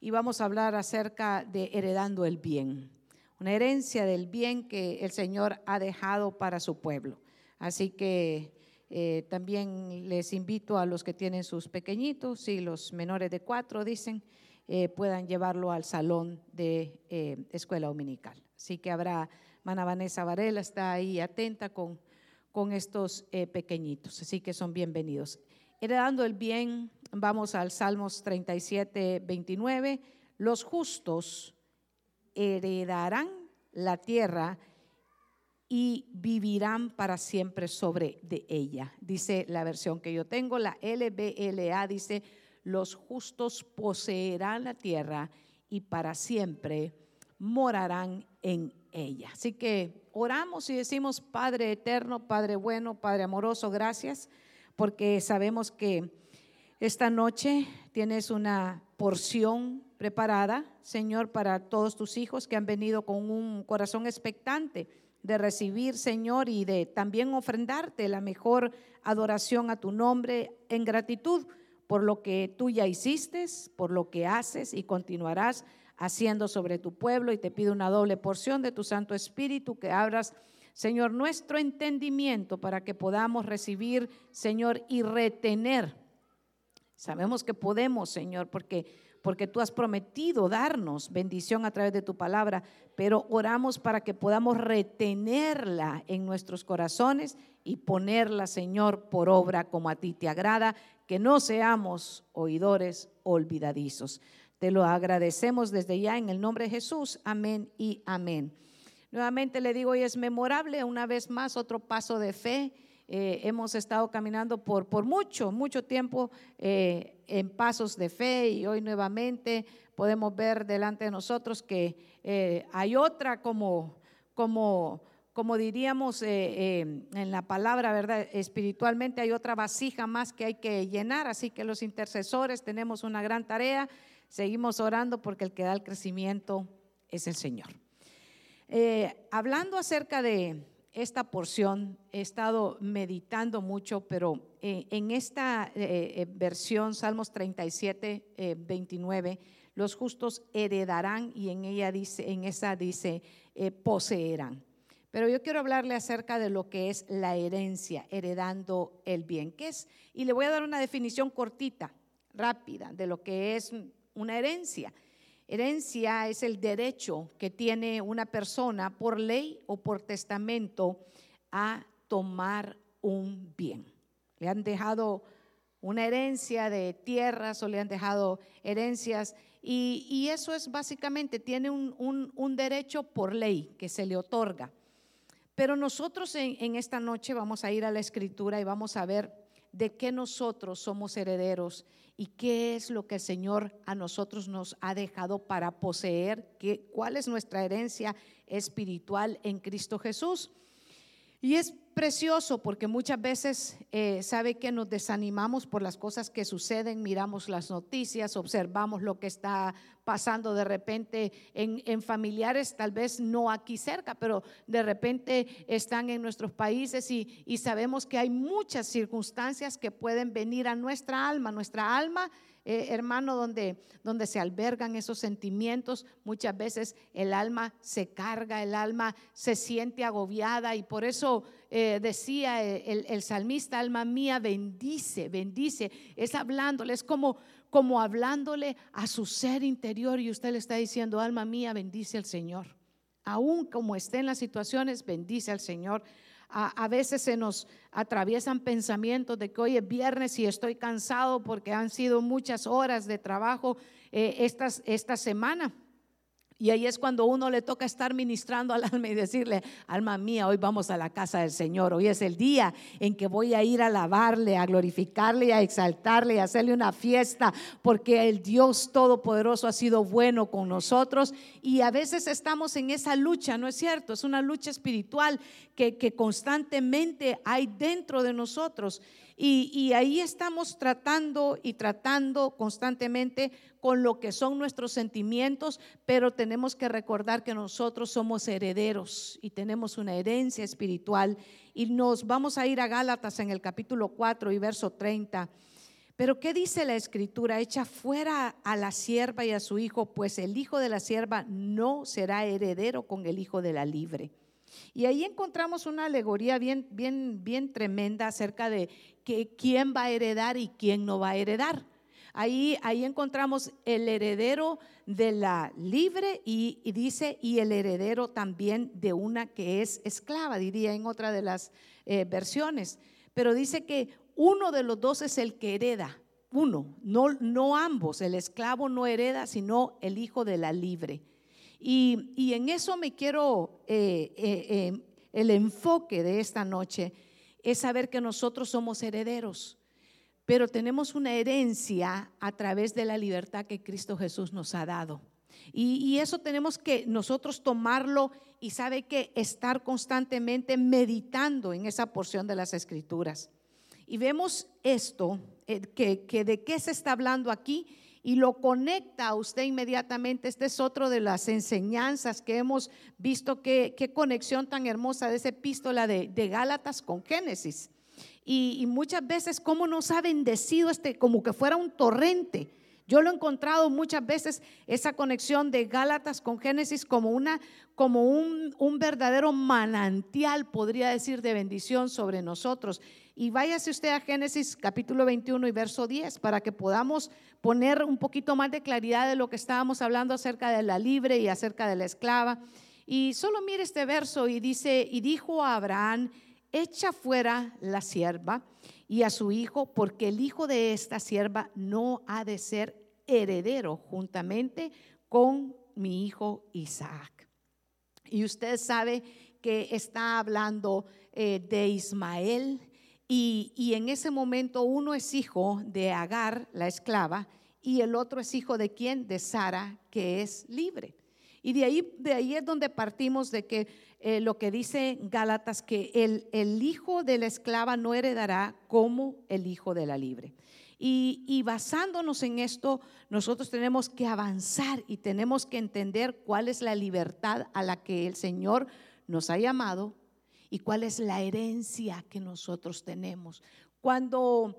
y vamos a hablar acerca de heredando el bien, una herencia del bien que el Señor ha dejado para su pueblo. Así que también les invito a los que tienen sus pequeñitos y los menores de 4 dicen, puedan llevarlo al salón de escuela dominical. Así que habrá, hermana Vanessa Varela está ahí atenta con estos pequeñitos, así que son bienvenidos. Heredando el bien, vamos al Salmos 37, 29. Los justos heredarán la tierra y vivirán para siempre sobre de ella. Dice la versión que yo tengo, la LBLA, dice: los justos poseerán la tierra y para siempre morarán en ella. Así que oramos y decimos: Padre eterno, Padre bueno, Padre amoroso, gracias, porque sabemos que esta noche tienes una porción preparada, Señor, para todos tus hijos que han venido con un corazón expectante de recibir, Señor, y de también ofrendarte la mejor adoración a tu nombre en gratitud por lo que tú ya hiciste, por lo que haces y continuarás haciendo sobre tu pueblo. Y te pido una doble porción de tu Santo Espíritu, que abras, Señor, nuestro entendimiento para que podamos recibir, Señor, y retener. Sabemos que podemos, Señor, porque tú has prometido darnos bendición a través de tu palabra, pero oramos para que podamos retenerla en nuestros corazones y ponerla, Señor, por obra como a ti te agrada, que no seamos oidores olvidadizos. Te lo agradecemos desde ya en el nombre de Jesús, amén y amén. Nuevamente le digo, hoy es memorable, una vez más, otro paso de fe. Hemos estado caminando por mucho tiempo en pasos de fe, y hoy nuevamente podemos ver delante de nosotros que hay otra como diríamos en la palabra, ¿verdad? Espiritualmente hay otra vasija más que hay que llenar. Así que los intercesores tenemos una gran tarea. Seguimos orando porque el que da el crecimiento es el Señor. Hablando acerca de esta porción, he estado meditando mucho, pero en esta versión, Salmos 37, 29, los justos heredarán, y en esa dice poseerán. Pero yo quiero hablarle acerca de lo que es la herencia, heredando el bien. ¿Qué es? Y le voy a dar una definición cortita, rápida, de lo que es una herencia. Herencia es el derecho que tiene una persona por ley o por testamento a tomar un bien. Le han dejado una herencia de tierras o le han dejado herencias, y eso es básicamente, tiene un derecho por ley que se le otorga. Pero nosotros en esta noche vamos a ir a la Escritura y vamos a ver de qué nosotros somos herederos y qué es lo que el Señor a nosotros nos ha dejado para poseer, cuál es nuestra herencia espiritual en Cristo Jesús. Y es precioso porque muchas veces sabe que nos desanimamos por las cosas que suceden, miramos las noticias, observamos lo que está pasando de repente en familiares, tal vez no aquí cerca, pero de repente están en nuestros países, y sabemos que hay muchas circunstancias que pueden venir a nuestra alma, hermano, donde se albergan esos sentimientos. Muchas veces el alma se carga, el alma se siente agobiada, y por eso decía el salmista: alma mía, bendice, bendice. Es hablándole, es como hablándole a su ser interior, y usted le está diciendo: alma mía, bendice al Señor. Aún como estén las situaciones, bendice al Señor. A veces se nos atraviesan pensamientos de que hoy es viernes y estoy cansado porque han sido muchas horas de trabajo esta semana. Y ahí es cuando uno le toca estar ministrando al alma y decirle: alma mía, hoy vamos a la casa del Señor. Hoy es el día en que voy a ir a alabarle, a glorificarle, a exaltarle y a hacerle una fiesta, porque el Dios Todopoderoso ha sido bueno con nosotros. Y a veces estamos en esa lucha, ¿no es cierto? Es una lucha espiritual que constantemente hay dentro de nosotros. Y ahí estamos tratando constantemente con lo que son nuestros sentimientos, pero tenemos que recordar que nosotros somos herederos y tenemos una herencia espiritual. Y nos vamos a ir a Gálatas en el capítulo 4 y verso 30. Pero ¿qué dice la Escritura? Echa fuera a la sierva y a su hijo, pues el hijo de la sierva no será heredero con el hijo de la libre. Y ahí encontramos una alegoría bien tremenda acerca de que quién va a heredar y quién no va a heredar. Ahí encontramos el heredero de la libre y dice, y el heredero también de una que es esclava, diría en otra de las versiones. Pero dice que uno de los dos es el que hereda, uno, no ambos. El esclavo no hereda, sino el hijo de la libre. Y en eso me quiero, el enfoque de esta noche es saber que nosotros somos herederos, pero tenemos una herencia a través de la libertad que Cristo Jesús nos ha dado. Y eso tenemos que nosotros tomarlo y sabe que estar constantemente meditando en esa porción de las Escrituras. Y vemos esto, que de qué se está hablando aquí, y lo conecta a usted inmediatamente. Este es otro de las enseñanzas que hemos visto, qué conexión tan hermosa de esa epístola de Gálatas con Génesis. Y muchas veces cómo nos ha bendecido como que fuera un torrente. Yo lo he encontrado muchas veces, esa conexión de Gálatas con Génesis como un verdadero manantial, podría decir, de bendición sobre nosotros. Y váyase usted a Génesis capítulo 21 y verso 10 para que podamos poner un poquito más de claridad de lo que estábamos hablando acerca de la libre y acerca de la esclava. Y solo mire este verso y dice: y dijo a Abraham, echa fuera la sierva y a su hijo, porque el hijo de esta sierva no ha de ser heredero juntamente con mi hijo Isaac. Y usted sabe que está hablando de Ismael. Y en ese momento uno es hijo de Agar, la esclava, y el otro es hijo de ¿quién? De Sara, que es libre. Y de ahí es donde partimos de que lo que dice Gálatas, que el hijo de la esclava no heredará como el hijo de la libre. Y basándonos en esto, nosotros tenemos que avanzar y tenemos que entender cuál es la libertad a la que el Señor nos ha llamado y cuál es la herencia que nosotros tenemos. Cuando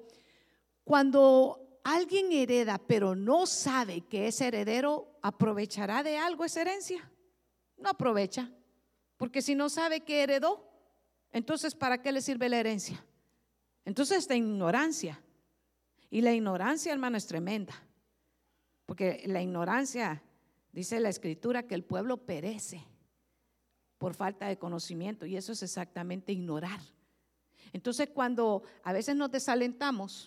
alguien hereda pero no sabe que es heredero, ¿aprovechará de algo esa herencia? No aprovecha, porque si no sabe que heredó, entonces ¿para qué le sirve la herencia? Entonces está en ignorancia. Y la ignorancia, hermano, es tremenda, porque la ignorancia, dice la Escritura, que el pueblo perece por falta de conocimiento, y eso es exactamente ignorar. Entonces cuando a veces nos desalentamos,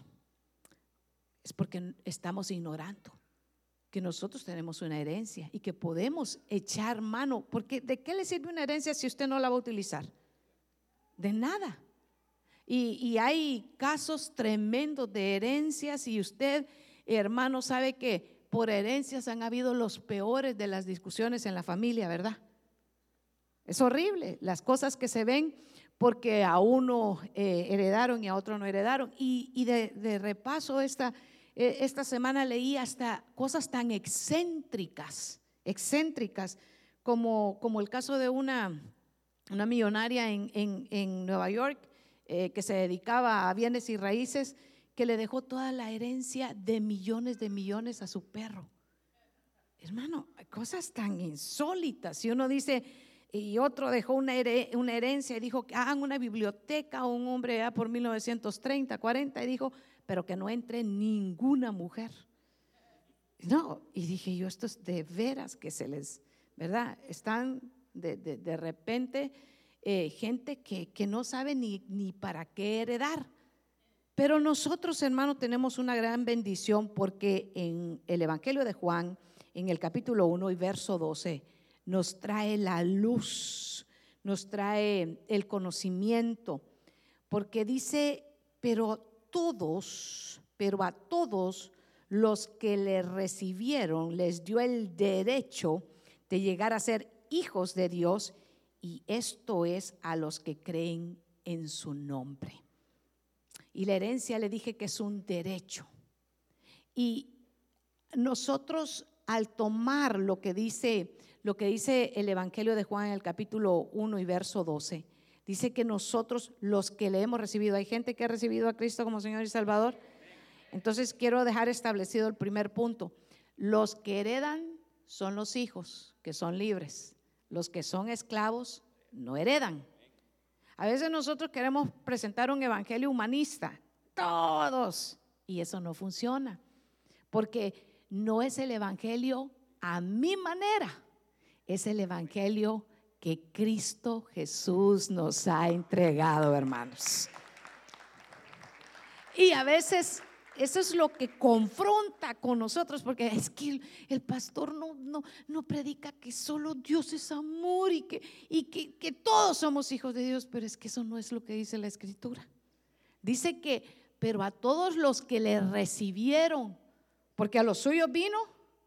es porque estamos ignorando que nosotros tenemos una herencia y que podemos echar mano, porque ¿de qué le sirve una herencia si usted no la va a utilizar? De nada. Y hay casos tremendos de herencias, y usted, hermano, sabe que por herencias han habido los peores de las discusiones en la familia, ¿verdad? Es horrible las cosas que se ven porque a uno heredaron y a otro no heredaron. Y de repaso esta semana leí hasta cosas tan excéntricas como el caso de una millonaria en Nueva York que se dedicaba a bienes y raíces, que le dejó toda la herencia de millones a su perro. Hermano, cosas tan insólitas. Si uno dice, y otro dejó una herencia y dijo que hagan una biblioteca, a un hombre ya por 1930, 40, y dijo, pero que no entre ninguna mujer. No, y dije yo, esto es de veras que se les, ¿verdad? Están de repente gente que no sabe ni para qué heredar. Pero nosotros, hermano, tenemos una gran bendición, porque en el Evangelio de Juan, en el capítulo 1 y verso 12, nos trae la luz, nos trae el conocimiento, porque dice, pero a todos los que le recibieron les dio el derecho de llegar a ser hijos de Dios, y esto es a los que creen en su nombre. Y la herencia, le dije que es un derecho, y nosotros al tomar lo que dice el Evangelio de Juan en el capítulo 1 y verso 12, dice que nosotros los que le hemos recibido, hay gente que ha recibido a Cristo como Señor y Salvador. Entonces quiero dejar establecido el primer punto. Los que heredan son los hijos, que son libres. Los que son esclavos no heredan. A veces nosotros queremos presentar un evangelio humanista, todos, y eso no funciona, porque no es el evangelio a mi manera, es el evangelio que Cristo Jesús nos ha entregado, hermanos. Y a veces eso es lo que confronta con nosotros, porque es que el pastor no predica que solo Dios es amor y que todos somos hijos de Dios, pero es que eso no es lo que dice la Escritura. Dice que, pero a todos los que le recibieron, porque a los suyos vino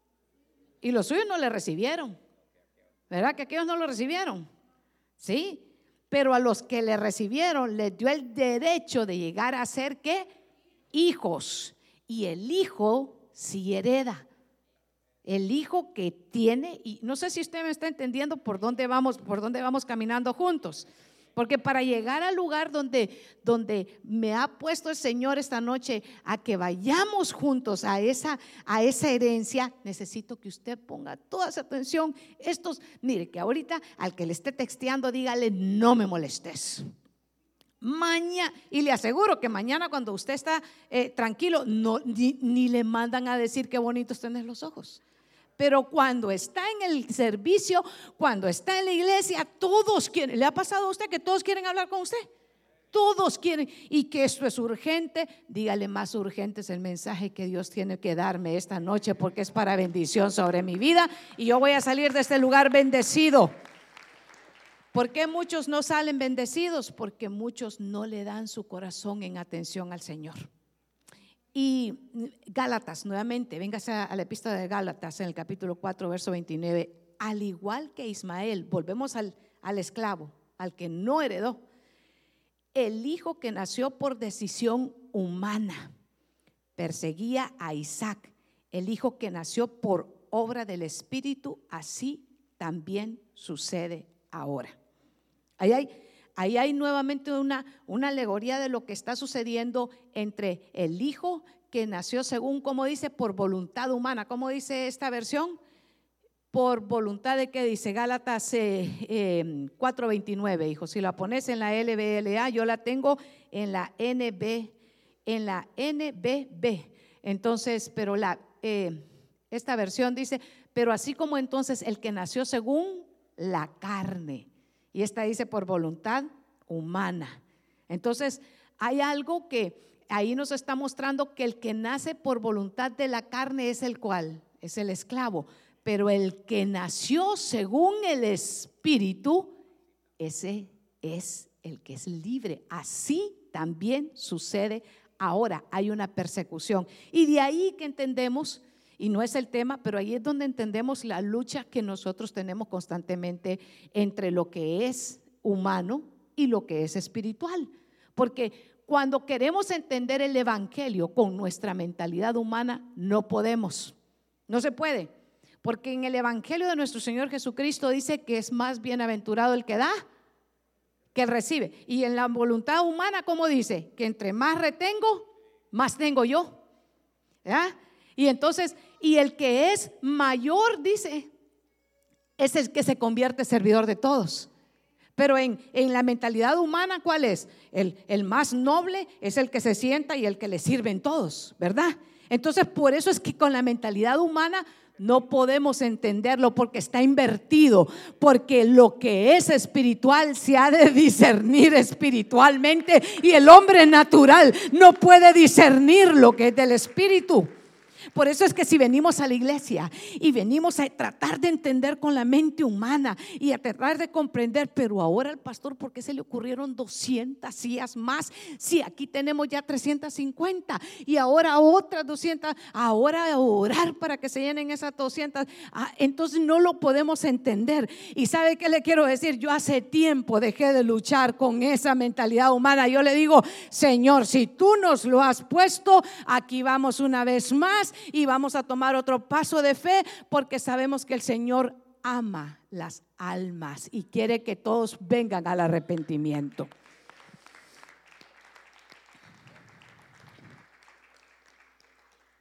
y los suyos no le recibieron, ¿verdad? Que aquellos no lo recibieron, sí, pero a los que le recibieron les dio el derecho de llegar a ser ¿qué? Hijos. Y el hijo sí hereda. El hijo que tiene, y no sé si usted me está entendiendo por dónde vamos caminando juntos. Porque para llegar al lugar donde me ha puesto el Señor esta noche a que vayamos juntos a esa herencia, necesito que usted ponga toda esa atención. Mire, que ahorita al que le esté texteando, dígale: no me molestes. Mañana, y le aseguro que mañana cuando usted está tranquilo, ni le mandan a decir qué bonitos tenés los ojos. Pero cuando está en el servicio, cuando está en la iglesia, todos quieren. ¿Le ha pasado a usted que todos quieren hablar con usted? Todos quieren, y que esto es urgente. Dígale: más urgente es el mensaje que Dios tiene que darme esta noche, porque es para bendición sobre mi vida, y yo voy a salir de este lugar bendecido. ¿Por qué muchos no salen bendecidos? Porque muchos no le dan su corazón en atención al Señor. Y Gálatas, nuevamente, véngase a la epístola de Gálatas en el capítulo 4, verso 29. Al igual que Ismael, volvemos al esclavo, al que no heredó, el hijo que nació por decisión humana perseguía a Isaac. El hijo que nació por obra del Espíritu, así también sucede ahora. Ahí hay nuevamente una alegoría de lo que está sucediendo entre el hijo que nació según, como dice, por voluntad humana. ¿Cómo dice esta versión? Por voluntad de, ¿qué dice? Gálatas 4:29, hijo. Si la pones en la LBLA, yo la tengo en la NBB. Entonces, pero esta versión dice: pero así como entonces el que nació según la carne. Y esta dice por voluntad humana. Entonces hay algo que ahí nos está mostrando, que el que nace por voluntad de la carne es el cual, es el esclavo. Pero el que nació según el Espíritu, ese es el que es libre. Así también sucede ahora. Hay una persecución. Y de ahí que entendemos, y no es el tema, pero ahí es donde entendemos la lucha que nosotros tenemos constantemente entre lo que es humano y lo que es espiritual. Porque cuando queremos entender el evangelio con nuestra mentalidad humana, no podemos, no se puede. Porque en el evangelio de nuestro Señor Jesucristo dice que es más bienaventurado el que da que el recibe. Y en la voluntad humana, ¿cómo dice? Que entre más retengo, más tengo yo. ¿Ya? Y entonces, y el que es mayor, dice, es el que se convierte servidor de todos. Pero en la mentalidad humana, ¿cuál es? El más noble es el que se sienta y el que le sirven todos, ¿verdad? Entonces, por eso es que con la mentalidad humana no podemos entenderlo, porque está invertido. Porque lo que es espiritual se ha de discernir espiritualmente, y el hombre natural no puede discernir lo que es del espíritu. Por eso es que si venimos a la iglesia y venimos a tratar de entender con la mente humana y a tratar de comprender, pero ahora el pastor, ¿por qué se le ocurrieron 200 sillas más? Si aquí tenemos ya 350 y ahora otras 200, ahora a orar para que se llenen esas 200. Entonces no lo podemos entender. Y ¿sabe qué le quiero decir? Yo hace tiempo dejé de luchar con esa mentalidad humana. Yo le digo: Señor, si tú nos lo has puesto, aquí vamos una vez más y vamos a tomar otro paso de fe, porque sabemos que el Señor ama las almas y quiere que todos vengan al arrepentimiento.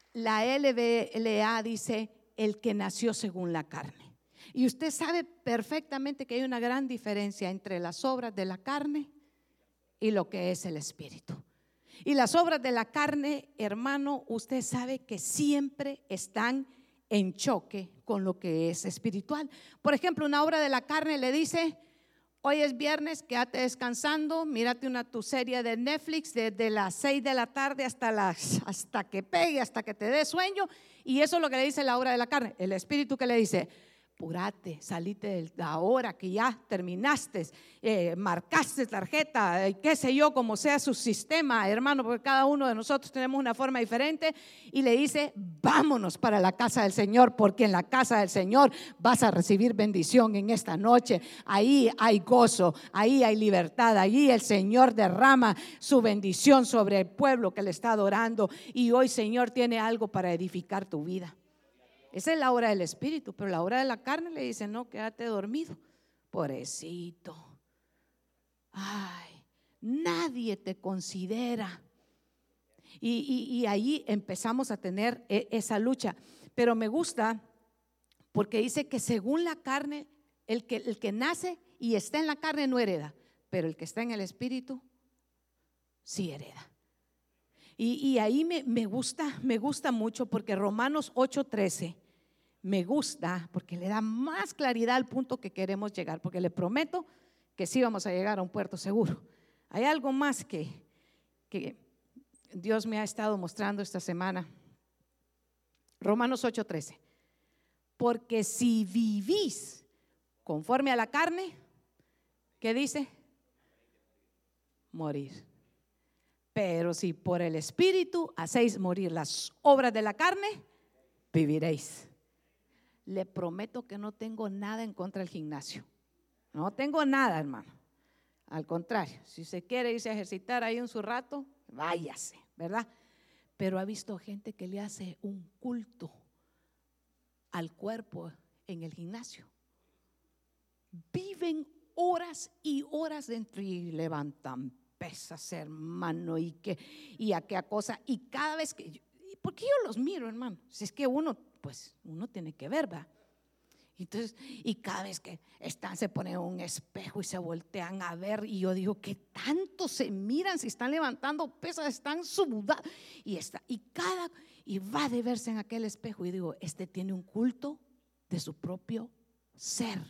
La LBLA dice el que nació según la carne. Y usted sabe perfectamente que hay una gran diferencia entre las obras de la carne y lo que es el Espíritu. Y las obras de la carne, hermano, usted sabe que siempre están en choque con lo que es espiritual. Por ejemplo, una obra de la carne le dice: hoy es viernes, quédate descansando, mírate tu serie de Netflix desde las 6 de la tarde hasta que pegue, hasta que te dé sueño. Y eso es lo que le dice la obra de la carne. El Espíritu, que le dice: apúrate, salite de la hora que ya terminaste, marcaste tarjeta, qué sé yo, como sea su sistema, hermano, porque cada uno de nosotros tenemos una forma diferente. Y le dice: vámonos para la casa del Señor, porque en la casa del Señor vas a recibir bendición en esta noche. Ahí hay gozo, ahí hay libertad, ahí el Señor derrama su bendición sobre el pueblo que le está adorando. Y hoy, Señor, tiene algo para edificar tu vida. Esa es la obra del Espíritu. Pero la obra de la carne le dice: no, quédate dormido, pobrecito. Ay, nadie te considera. Y ahí empezamos a tener esa lucha. Pero me gusta porque dice que según la carne, el que nace y está en la carne no hereda, pero el que está en el Espíritu sí hereda. Y ahí me gusta mucho, porque Romanos 8:13 me gusta, porque le da más claridad al punto que queremos llegar, porque le prometo que sí vamos a llegar a un puerto seguro. Hay algo más que Dios me ha estado mostrando esta semana. Romanos 8:13: porque si vivís conforme a la carne, ¿qué dice? Morir. Pero si por el Espíritu hacéis morir las obras de la carne, viviréis. Le prometo que no tengo nada en contra del gimnasio. No tengo nada, hermano. Al contrario, si se quiere irse a ejercitar ahí un su rato, váyase, ¿verdad? Pero ha visto gente que le hace un culto al cuerpo en el gimnasio. Viven horas y horas dentro y levantan pesas, hermano, y aquella cosa. Y cada vez que, porque yo los miro, hermano, si es que uno tiene que ver, ¿verdad? Entonces, y cada vez que se ponen un espejo y se voltean a ver, y yo digo: ¿qué tanto se miran? Si están levantando pesas, están sudados, y va de verse en aquel espejo, y digo: este tiene un culto de su propio ser,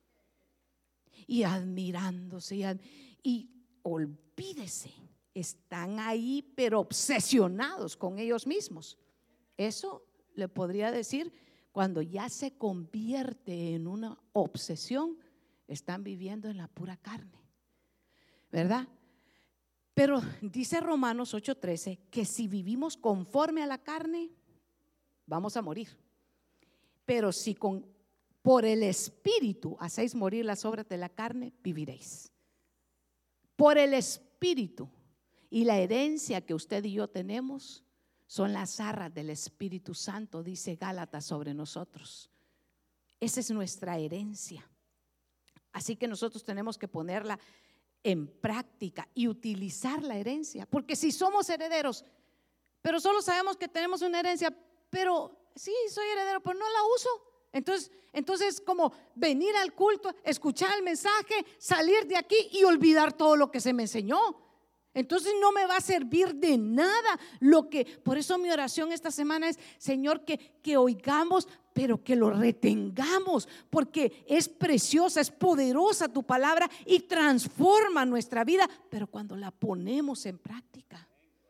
y admirándose, y olvídese, están ahí pero obsesionados con ellos mismos. Eso le podría decir, cuando ya se convierte en una obsesión, están viviendo en la pura carne, ¿verdad? Pero dice Romanos 8:13 que si vivimos conforme a la carne, vamos a morir. Pero si por el Espíritu hacéis morir las obras de la carne, viviréis. Por el Espíritu. Y la herencia que usted y yo tenemos son las arras del Espíritu Santo, dice Gálatas, sobre nosotros. Esa es nuestra herencia. Así que nosotros tenemos que ponerla en práctica y utilizar la herencia. Porque si somos herederos, pero solo sabemos que tenemos una herencia, pero sí, soy heredero, pero no la uso. Entonces, como venir al culto, escuchar el mensaje, salir de aquí y olvidar todo lo que se me enseñó. Entonces no me va a servir de nada por eso mi oración esta semana es: Señor, que oigamos, pero que lo retengamos, porque es preciosa, es poderosa tu palabra y transforma nuestra vida, pero cuando la ponemos en práctica.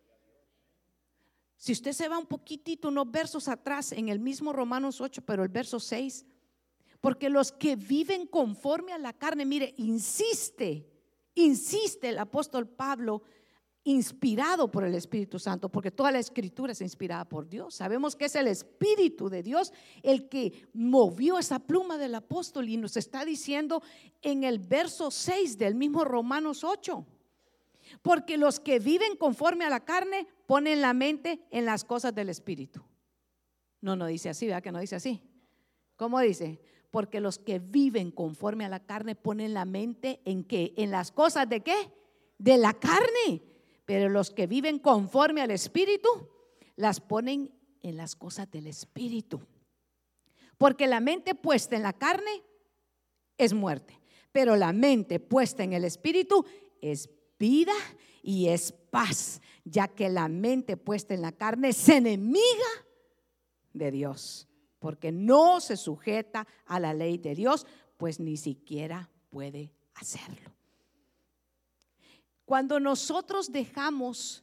Si usted se va un poquitito, unos versos atrás, en el mismo Romanos 8, pero el verso 6, porque los que viven conforme a la carne, mire, insiste el apóstol Pablo, inspirado por el Espíritu Santo, porque toda la Escritura es inspirada por Dios. Sabemos que es el Espíritu de Dios el que movió esa pluma del apóstol, y nos está diciendo en el verso 6 del mismo Romanos 8: porque los que viven conforme a la carne ponen la mente en las cosas del Espíritu. No dice así, ¿verdad que no dice así? ¿Cómo dice? Porque los que viven conforme a la carne ponen la mente ¿en qué? En las cosas ¿de qué? De la carne. Pero los que viven conforme al Espíritu las ponen en las cosas del Espíritu. Porque la mente puesta en la carne es muerte, pero la mente puesta en el Espíritu es vida y es paz, ya que la mente puesta en la carne es enemiga de Dios, porque no se sujeta a la ley de Dios, pues ni siquiera puede hacerlo. Cuando nosotros dejamos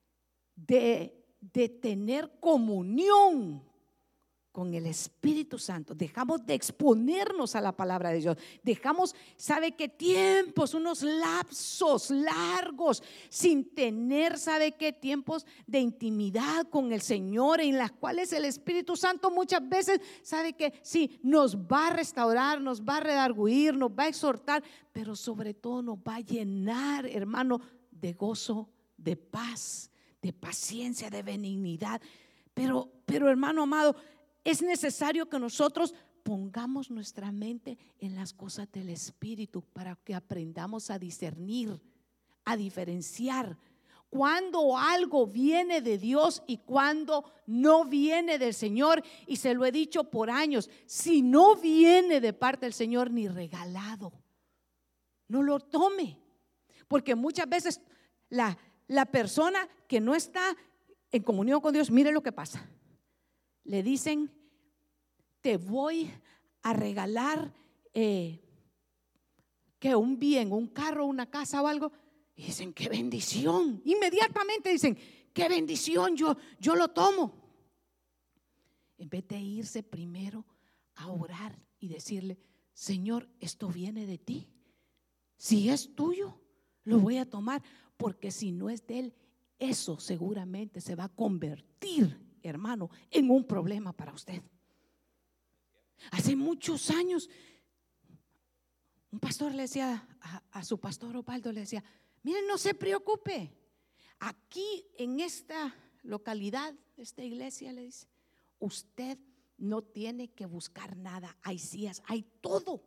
de tener comunión con el Espíritu Santo, dejamos de exponernos a la palabra de Dios, dejamos, ¿sabe qué tiempos? Unos lapsos largos sin tener, ¿sabe qué? Tiempos de intimidad con el Señor, en las cuales el Espíritu Santo muchas veces, ¿sabe qué? Sí, nos va a restaurar, nos va a redarguir, nos va a exhortar, pero sobre todo nos va a llenar, hermano, de gozo, de paz, de paciencia, de benignidad. Pero hermano amado, es necesario que nosotros pongamos nuestra mente en las cosas del Espíritu para que aprendamos a discernir, a diferenciar cuando algo viene de Dios y cuando no viene del Señor. Y se lo he dicho por años, si no viene de parte del Señor ni regalado, no lo tome, porque muchas veces la persona que no está en comunión con Dios, mire lo que pasa. Le dicen, te voy a regalar que un bien, un carro, una casa o algo. Y dicen, qué bendición. Inmediatamente dicen, qué bendición, yo lo tomo. En vez de irse primero a orar y decirle, Señor, esto viene de ti. Si es tuyo, lo voy a tomar, porque si no es de Él, eso seguramente se va a convertir, hermano, en un problema para usted. Hace muchos años, un pastor le decía a su pastor Osvaldo, le decía, miren, no se preocupe, aquí en esta localidad, esta iglesia, le dice, usted no tiene que buscar nada, hay sillas, hay todo.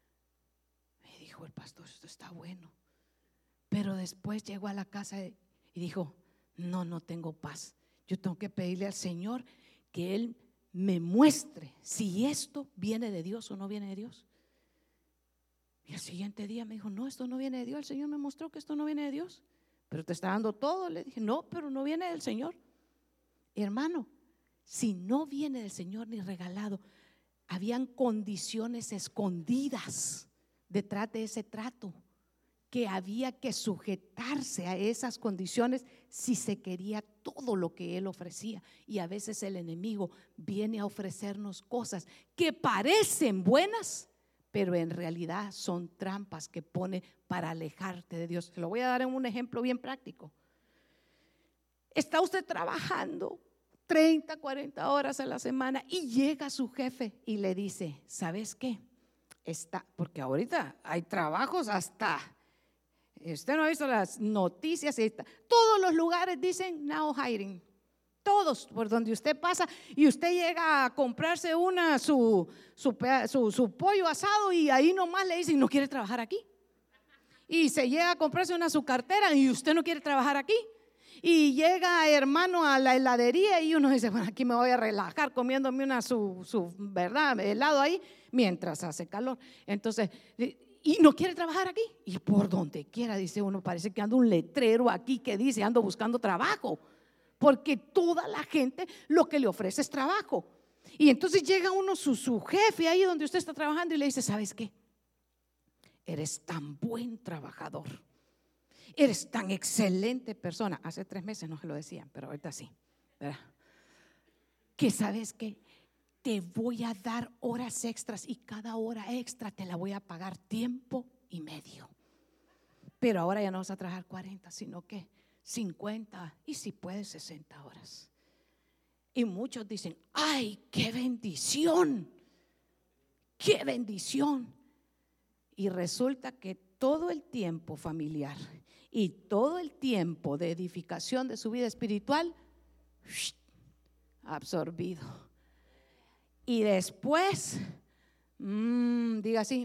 Me dijo el pastor, esto está bueno. Pero después llegó a la casa y dijo, no tengo paz. Yo tengo que pedirle al Señor que Él me muestre si esto viene de Dios o no viene de Dios. Y al siguiente día me dijo, no, esto no viene de Dios. El Señor me mostró que esto no viene de Dios, pero te está dando todo. Le dije, no, pero no viene del Señor. Hermano, si no viene del Señor ni regalado, habían condiciones escondidas detrás de ese trato, que había que sujetarse a esas condiciones si se quería todo lo que Él ofrecía. Y a veces el enemigo viene a ofrecernos cosas que parecen buenas, pero en realidad son trampas que pone para alejarte de Dios. Se lo voy a dar en un ejemplo bien práctico. Está usted trabajando 30, 40 horas a la semana y llega su jefe y le dice, ¿sabes qué? Porque ahorita hay trabajos hasta... Usted no ha visto las noticias, todos los lugares dicen now hiring, todos por donde usted pasa y usted llega a comprarse su pollo asado y ahí nomás le dicen no quiere trabajar aquí, y se llega a comprarse su cartera y usted no quiere trabajar aquí, y llega hermano a la heladería y uno dice bueno, aquí me voy a relajar comiéndome su verdad helado ahí mientras hace calor. Entonces y no quiere trabajar aquí, y por donde quiera dice uno, parece que anda un letrero aquí que dice ando buscando trabajo, porque toda la gente lo que le ofrece es trabajo. Y entonces llega uno, su jefe ahí donde usted está trabajando y le dice, ¿sabes qué? Eres tan buen trabajador, eres tan excelente persona. Hace 3 meses no se lo decían, pero ahorita sí, ¿verdad? Que sabes qué, te voy a dar horas extras y cada hora extra te la voy a pagar tiempo y medio. Pero ahora ya no vas a trabajar 40, sino que 50 y si puedes 60 horas. Y muchos dicen, ay, qué bendición, qué bendición. Y resulta que todo el tiempo familiar y todo el tiempo de edificación de su vida espiritual absorbido. Y después, diga así,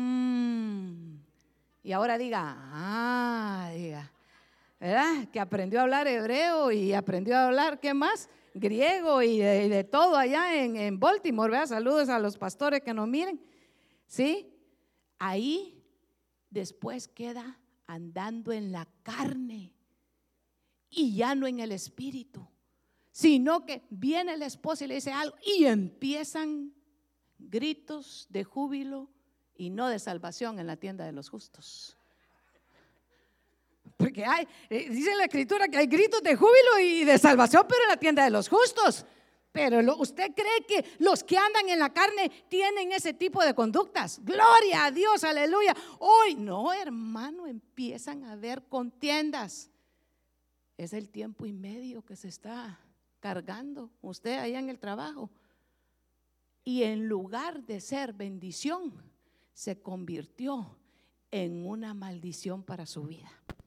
y ahora diga, diga, ¿verdad? Que aprendió a hablar hebreo y aprendió a hablar, ¿qué más? griego y de todo allá en Baltimore, ¿verdad? Saludos a los pastores que nos miren, ¿sí? Ahí después queda andando en la carne y ya no en el espíritu, sino que viene la esposa y le dice algo y empiezan gritos de júbilo y no de salvación en la tienda de los justos. Porque dice la escritura que hay gritos de júbilo y de salvación, pero en la tienda de los justos. Pero ¿usted cree que los que andan en la carne tienen ese tipo de conductas? Gloria a Dios, aleluya. Hoy no, hermano, empiezan a haber contiendas. Es el tiempo y medio que se está cargando usted allá en el trabajo. Y en lugar de ser bendición, se convirtió en una maldición para su vida.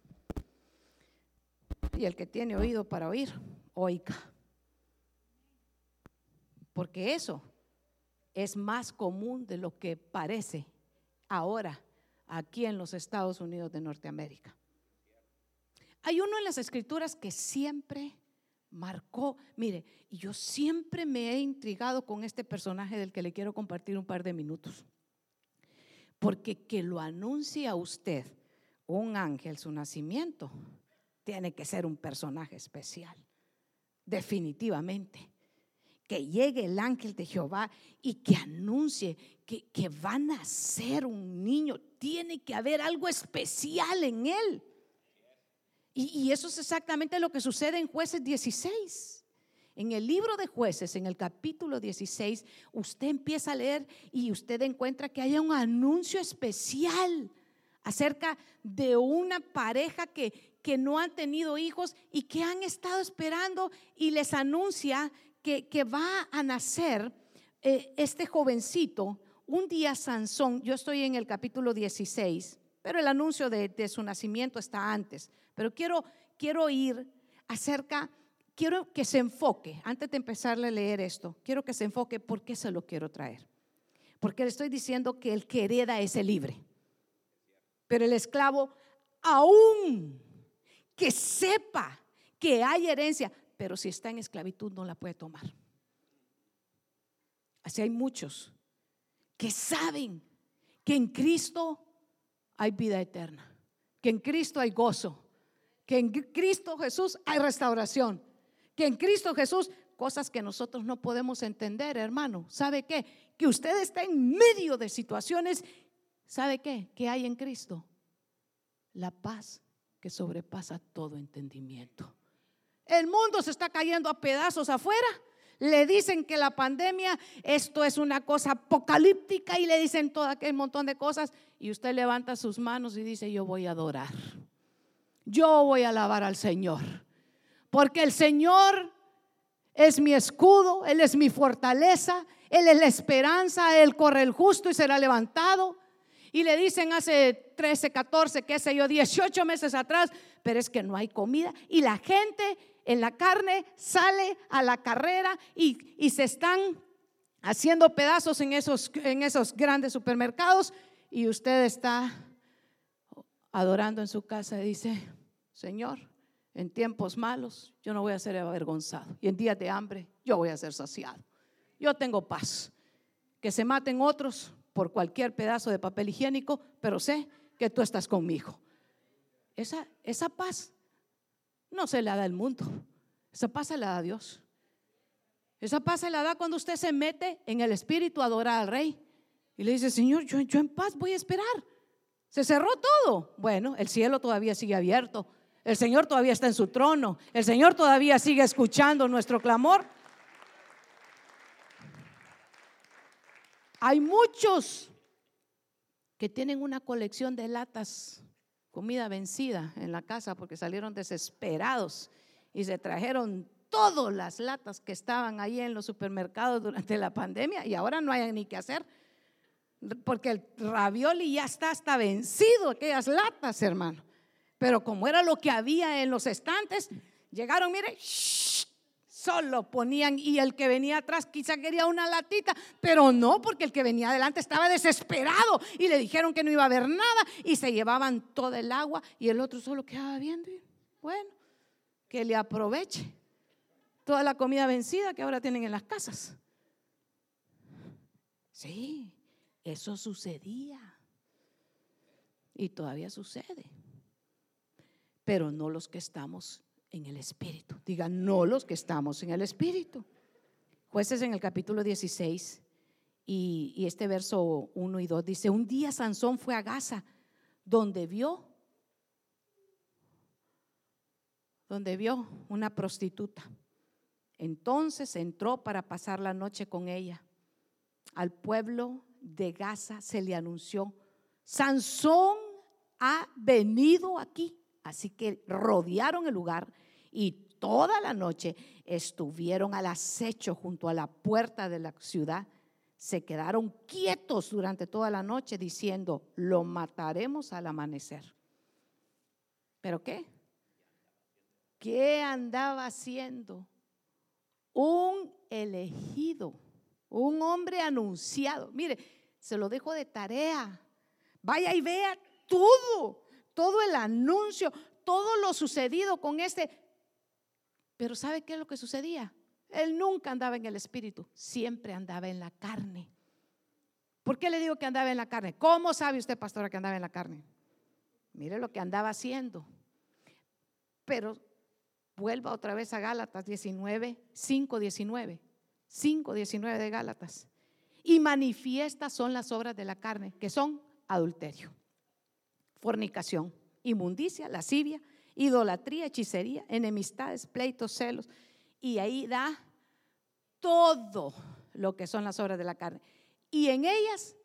Y el que tiene oído para oír, oiga. Porque eso es más común de lo que parece ahora aquí en los Estados Unidos de Norteamérica. Hay uno en las escrituras que siempre marcó, mire, y yo siempre me he intrigado con este personaje del que le quiero compartir un par de minutos. Porque que lo anuncie a usted un ángel su nacimiento, tiene que ser un personaje especial, definitivamente. Que llegue el ángel de Jehová y que anuncie que va a nacer un niño, tiene que haber algo especial en él. Y eso es exactamente lo que sucede en Jueces 16. En el libro de Jueces, en el capítulo 16, usted empieza a leer y usted encuentra que hay un anuncio especial acerca de una pareja que no han tenido hijos y que han estado esperando, y les anuncia que va a nacer este jovencito. Un día Sansón, yo estoy en el capítulo 16, pero el anuncio de su nacimiento está antes. Pero quiero ir acerca, quiero que se enfoque, antes de empezarle a leer esto, quiero que se enfoque. ¿Por qué se lo quiero traer? Porque le estoy diciendo que el que hereda es el libre, pero el esclavo, aún que sepa que hay herencia, pero si está en esclavitud no la puede tomar. Así hay muchos que saben que en Cristo hay vida eterna, que en Cristo hay gozo, que en Cristo Jesús hay restauración, que en Cristo Jesús, cosas que nosotros no podemos entender, hermano. ¿Sabe qué? Que usted está en medio de situaciones. ¿Sabe qué? Que hay en Cristo la paz que sobrepasa todo entendimiento. El mundo se está cayendo a pedazos afuera. Le dicen que la pandemia, esto es una cosa apocalíptica, y le dicen todo aquel montón de cosas, y usted levanta sus manos y dice: yo voy a adorar, yo voy a alabar al Señor, porque el Señor es mi escudo, Él es mi fortaleza, Él es la esperanza, Él corre el justo y será levantado. Y le dicen hace 13, 14, qué sé yo, 18 meses atrás, pero es que no hay comida, y la gente en la carne sale a la carrera y se están haciendo pedazos en esos grandes supermercados, y usted está adorando en su casa y dice: Señor, en tiempos malos yo no voy a ser avergonzado, y en días de hambre yo voy a ser saciado. Yo tengo paz. Que se maten otros por cualquier pedazo de papel higiénico, pero sé que tú estás conmigo. Esa paz no se la da el mundo, esa paz se la da Dios. Esa paz se la da cuando usted se mete en el espíritu a adorar al Rey y le dice: Señor, yo en paz voy a esperar. Se cerró todo. Bueno, el cielo todavía sigue abierto, el Señor todavía está en su trono, el Señor todavía sigue escuchando nuestro clamor. Hay muchos que tienen una colección de latas, comida vencida en la casa, porque salieron desesperados y se trajeron todas las latas que estaban ahí en los supermercados durante la pandemia, y ahora no hay ni qué hacer, porque el ravioli ya está hasta vencido, aquellas latas, hermano. Pero como era lo que había en los estantes, llegaron, mire, solo ponían, y el que venía atrás quizá quería una latita, pero no, porque el que venía adelante estaba desesperado y le dijeron que no iba a haber nada, y se llevaban todo el agua, y el otro solo quedaba viendo. Y bueno, que le aproveche. toda la comida vencida que ahora tienen en las casas. Sí, eso sucedía y todavía sucede, pero no los que estamos en el Espíritu. Digan, no los que estamos en el Espíritu. Jueces en el capítulo 16 y este verso 1 y 2 dice: un día Sansón fue a Gaza, donde vio una prostituta. Entonces entró para pasar la noche con ella. Al pueblo de Gaza se le anunció: Sansón ha venido aquí. Así que rodearon el lugar y toda la noche estuvieron al acecho junto a la puerta de la ciudad. Se quedaron quietos durante toda la noche diciendo: lo mataremos al amanecer. ¿Pero qué? ¿Qué andaba haciendo? Un elegido, un hombre anunciado. Mire, se lo dejo de tarea. Vaya y vea todo el anuncio, todo lo sucedido con este. Pero ¿sabe qué es lo que sucedía? Él nunca andaba en el Espíritu, siempre andaba en la carne. ¿Por qué le digo que andaba en la carne? ¿Cómo sabe usted, pastora, que andaba en la carne? Mire lo que andaba haciendo. Pero vuelva otra vez a Gálatas 19, 5:19 de Gálatas. Y manifiestas son las obras de la carne, que son adulterio, fornicación, inmundicia, lascivia, idolatría, hechicería, enemistades, pleitos, celos. Y ahí da todo lo que son las obras de la carne. Y en ellas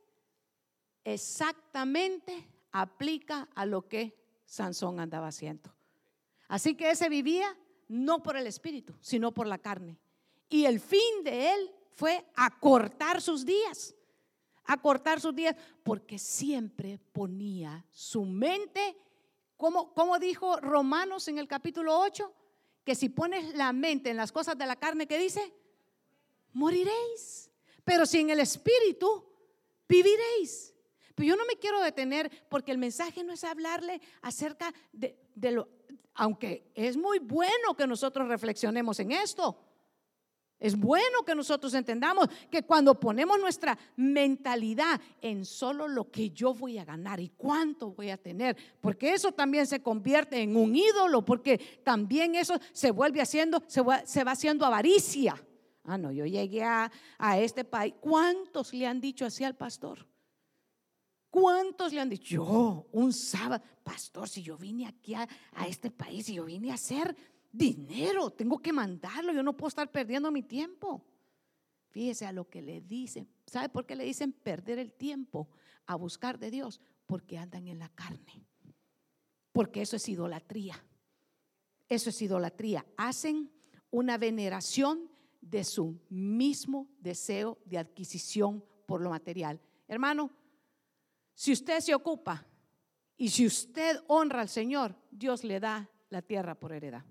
exactamente aplica a lo que Sansón andaba haciendo. Así que ese vivía no por el Espíritu, sino por la carne. Y el fin de él fue acortar sus días. Acortar sus días, porque siempre ponía su mente, como dijo Romanos en el capítulo 8, que si pones la mente en las cosas de la carne, ¿qué dice? Moriréis. Pero si en el Espíritu, viviréis. Pero yo no me quiero detener, porque el mensaje no es hablarle acerca de lo, aunque es muy bueno que nosotros reflexionemos en esto. Es bueno que nosotros entendamos que cuando ponemos nuestra mentalidad en solo lo que yo voy a ganar y cuánto voy a tener, porque eso también se convierte en un ídolo, porque también eso se vuelve haciendo, se va haciendo avaricia. No, yo llegué a este país. ¿Cuántos le han dicho así al pastor? ¿Cuántos le han dicho? Yo, un sábado, pastor, si yo vine aquí a este país, si yo vine a hacer dinero, tengo que mandarlo, yo no puedo estar perdiendo mi tiempo. Fíjese a lo que le dicen. ¿Sabe por qué le dicen perder el tiempo a buscar de Dios? Porque andan en la carne. Porque eso es idolatría. Eso es idolatría. Hacen una veneración de su mismo deseo de adquisición por lo material. Hermano, si usted se ocupa y si usted honra al Señor, Dios le da la tierra por heredad.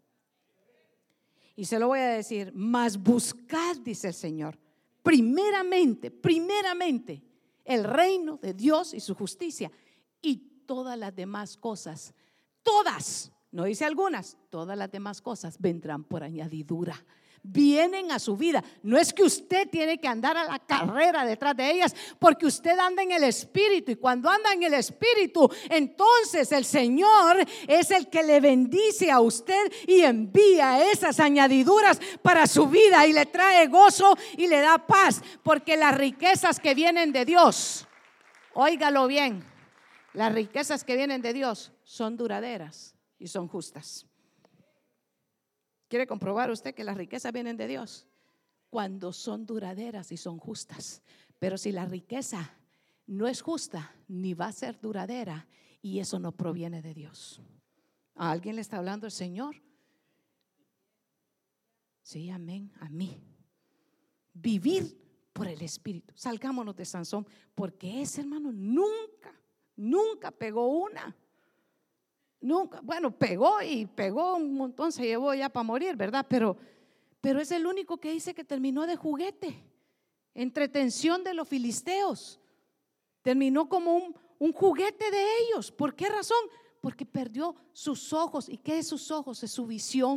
Y se lo voy a decir: mas buscad, dice el Señor, primeramente el reino de Dios y su justicia, y todas las demás cosas, todas, no dice algunas, todas las demás cosas vendrán por añadidura. Vienen a su vida. No es que usted tiene que andar a la carrera detrás de ellas, porque usted anda en el Espíritu, y cuando anda en el Espíritu, entonces el Señor es el que le bendice a usted y envía esas añadiduras para su vida y le trae gozo y le da paz, porque las riquezas que vienen de Dios, óigalo bien, las riquezas que vienen de Dios son duraderas y son justas. ¿Quiere comprobar usted que las riquezas vienen de Dios? Cuando son duraderas y son justas. Pero si la riqueza no es justa, ni va a ser duradera, y eso no proviene de Dios. ¿A alguien le está hablando el Señor? Sí, amén, a mí. Vivir por el Espíritu. Salgámonos de Sansón, porque ese hermano nunca pegó una. Nunca, bueno, pegó un montón, se llevó ya para morir, ¿verdad? Pero es el único que dice que terminó de juguete, entretención de los filisteos. Terminó como un juguete de ellos. ¿Por qué razón? Porque perdió sus ojos. ¿Y qué es sus ojos? Es su visión,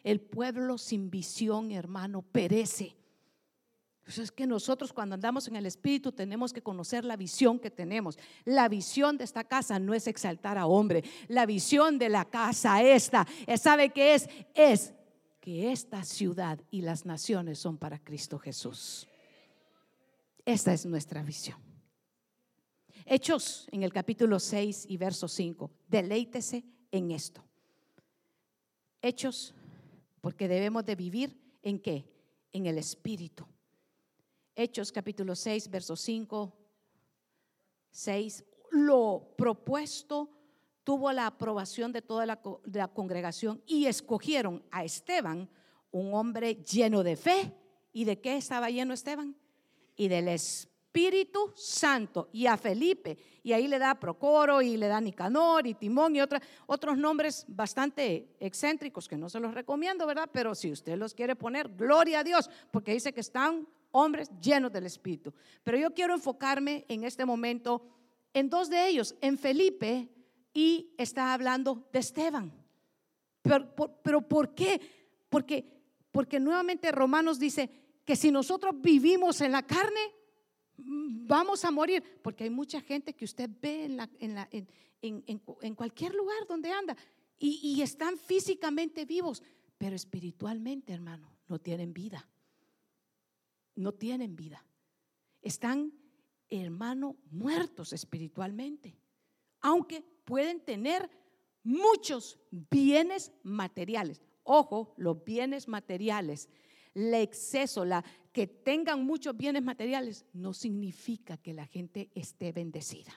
El pueblo sin visión, hermano, perece. Eso es que nosotros cuando andamos en el Espíritu tenemos que conocer la visión que tenemos. La visión de esta casa no es exaltar a hombre. La visión de la casa esta, ¿sabe qué es? Es que esta ciudad y las naciones son para Cristo Jesús. Esta es nuestra visión. Hechos en el capítulo 6 y verso 5. Deleítese en esto. Hechos, porque debemos de vivir ¿en qué? En el Espíritu. Hechos capítulo 6, verso 5, 6. Lo propuesto tuvo la aprobación de toda la congregación y escogieron a Esteban, un hombre lleno de fe. ¿Y de qué estaba lleno Esteban? Y del Espíritu Santo. Y a Felipe, y ahí le da Procoro y le da Nicanor y Timón y otros nombres bastante excéntricos que no se los recomiendo, ¿verdad? Pero si usted los quiere poner, gloria a Dios, porque dice que están hombres llenos del Espíritu. Pero yo quiero enfocarme en este momento en dos de ellos, en Felipe, y está hablando de Esteban. Pero ¿por qué? Porque nuevamente Romanos dice que si nosotros vivimos en la carne, vamos a morir. Porque hay mucha gente que usted ve en cualquier lugar donde anda y están físicamente vivos, pero espiritualmente, hermano, no tienen vida. No tienen vida. Están, hermano, muertos espiritualmente. Aunque pueden tener muchos bienes materiales. Ojo, los bienes materiales, el exceso, que tengan muchos bienes materiales no significa que la gente esté bendecida.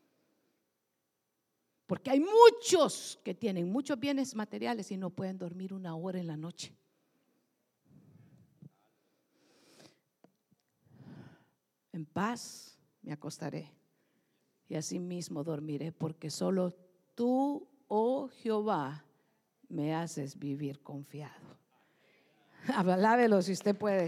Porque hay muchos que tienen muchos bienes materiales y no pueden dormir una hora en la noche. En paz me acostaré y asimismo dormiré, porque solo tú, oh Jehová, me haces vivir confiado. Alábelo si usted puede.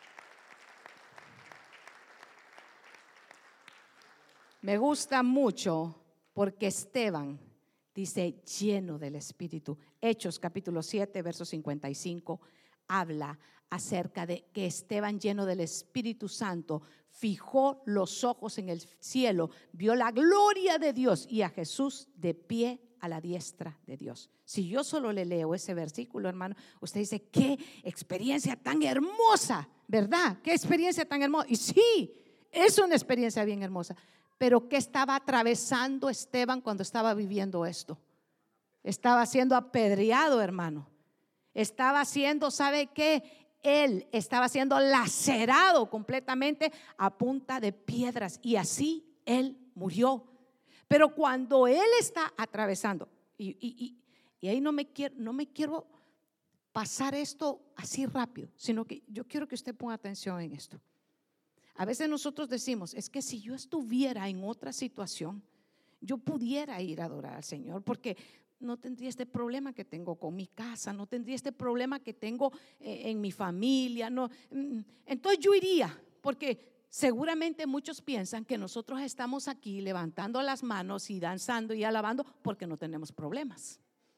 Me gusta mucho porque Esteban dice lleno del Espíritu. Hechos capítulo 7 verso 55 habla acerca de que Esteban, lleno del Espíritu Santo, fijó los ojos en el cielo, vio la gloria de Dios y a Jesús de pie a la diestra de Dios. Si yo solo le leo ese versículo, hermano, usted dice, qué experiencia tan hermosa, ¿verdad? Qué experiencia tan hermosa. Y sí, es una experiencia bien hermosa. Pero ¿qué estaba atravesando Esteban cuando estaba viviendo esto? Estaba siendo apedreado, hermano. Estaba siendo, ¿sabe qué? Él estaba siendo lacerado completamente a punta de piedras y así él murió. Pero cuando él está atravesando, y ahí no me quiero pasar esto así rápido, sino que yo quiero que usted ponga atención en esto. A veces nosotros decimos, es que si yo estuviera en otra situación, yo pudiera ir a adorar al Señor, porque no tendría este problema que tengo con mi casa, no tendría este problema que tengo en mi familia, no. Entonces yo iría, porque seguramente muchos piensan que nosotros estamos aquí levantando las manos y danzando y alabando porque no tenemos problemas.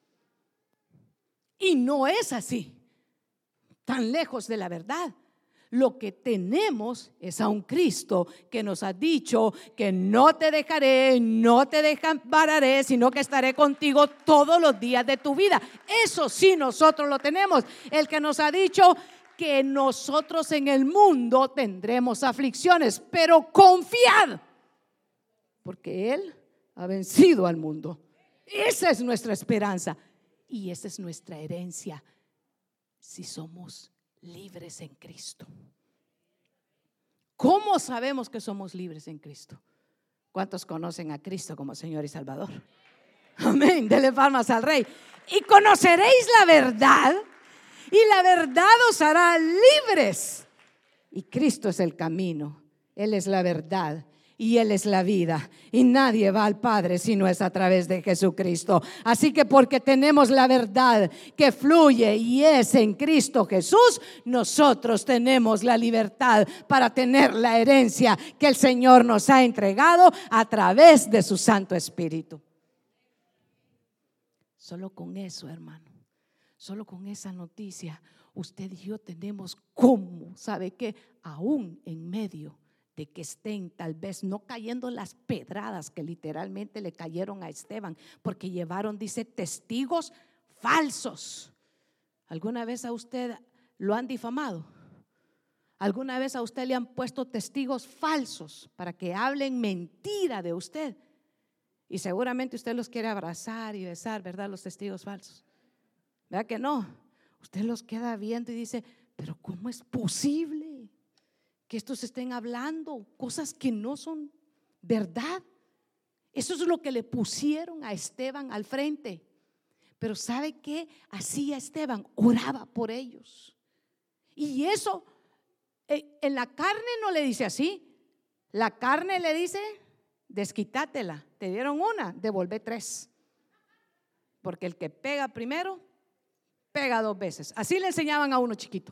Y no es así, tan lejos de la verdad. Lo que tenemos es a un Cristo que nos ha dicho que no te dejaré, no te desampararé, sino que estaré contigo todos los días de tu vida. Eso sí nosotros lo tenemos. El que nos ha dicho que nosotros en el mundo tendremos aflicciones, pero confiad, porque Él ha vencido al mundo. Esa es nuestra esperanza y esa es nuestra herencia si somos libres en Cristo. ¿Cómo sabemos que somos libres en Cristo? ¿Cuántos conocen a Cristo como Señor y Salvador? Amén, dele palmas al Rey. Y conoceréis la verdad, y la verdad os hará libres. Y Cristo es el camino, Él es la verdad y Él es la vida, y nadie va al Padre si no es a través de Jesucristo. Así que porque tenemos la verdad que fluye y es en Cristo Jesús, nosotros tenemos la libertad para tener la herencia que el Señor nos ha entregado a través de su Santo Espíritu. Solo con eso, hermano, Solo con esa noticia, usted y yo tenemos cómo, ¿sabe qué? Aún en medio de que estén tal vez no cayendo las pedradas que literalmente le cayeron a Esteban, porque llevaron, dice, testigos falsos. ¿Alguna vez a usted lo han difamado? ¿Alguna vez a usted le han puesto testigos falsos para que hablen mentira de usted? Y seguramente usted los quiere abrazar y besar, ¿verdad? Los testigos falsos. ¿Verdad que no? Usted los queda viendo y dice, pero ¿cómo es posible que estos estén hablando cosas que no son verdad? Eso es lo que le pusieron a Esteban al frente. Pero ¿sabe qué hacía Esteban? Oraba por ellos. Y eso en la carne no le dice así. La carne le dice, desquitátela. Te dieron una, devolvé 3. Porque el que pega primero, pega 2 veces. Así le enseñaban a uno chiquito.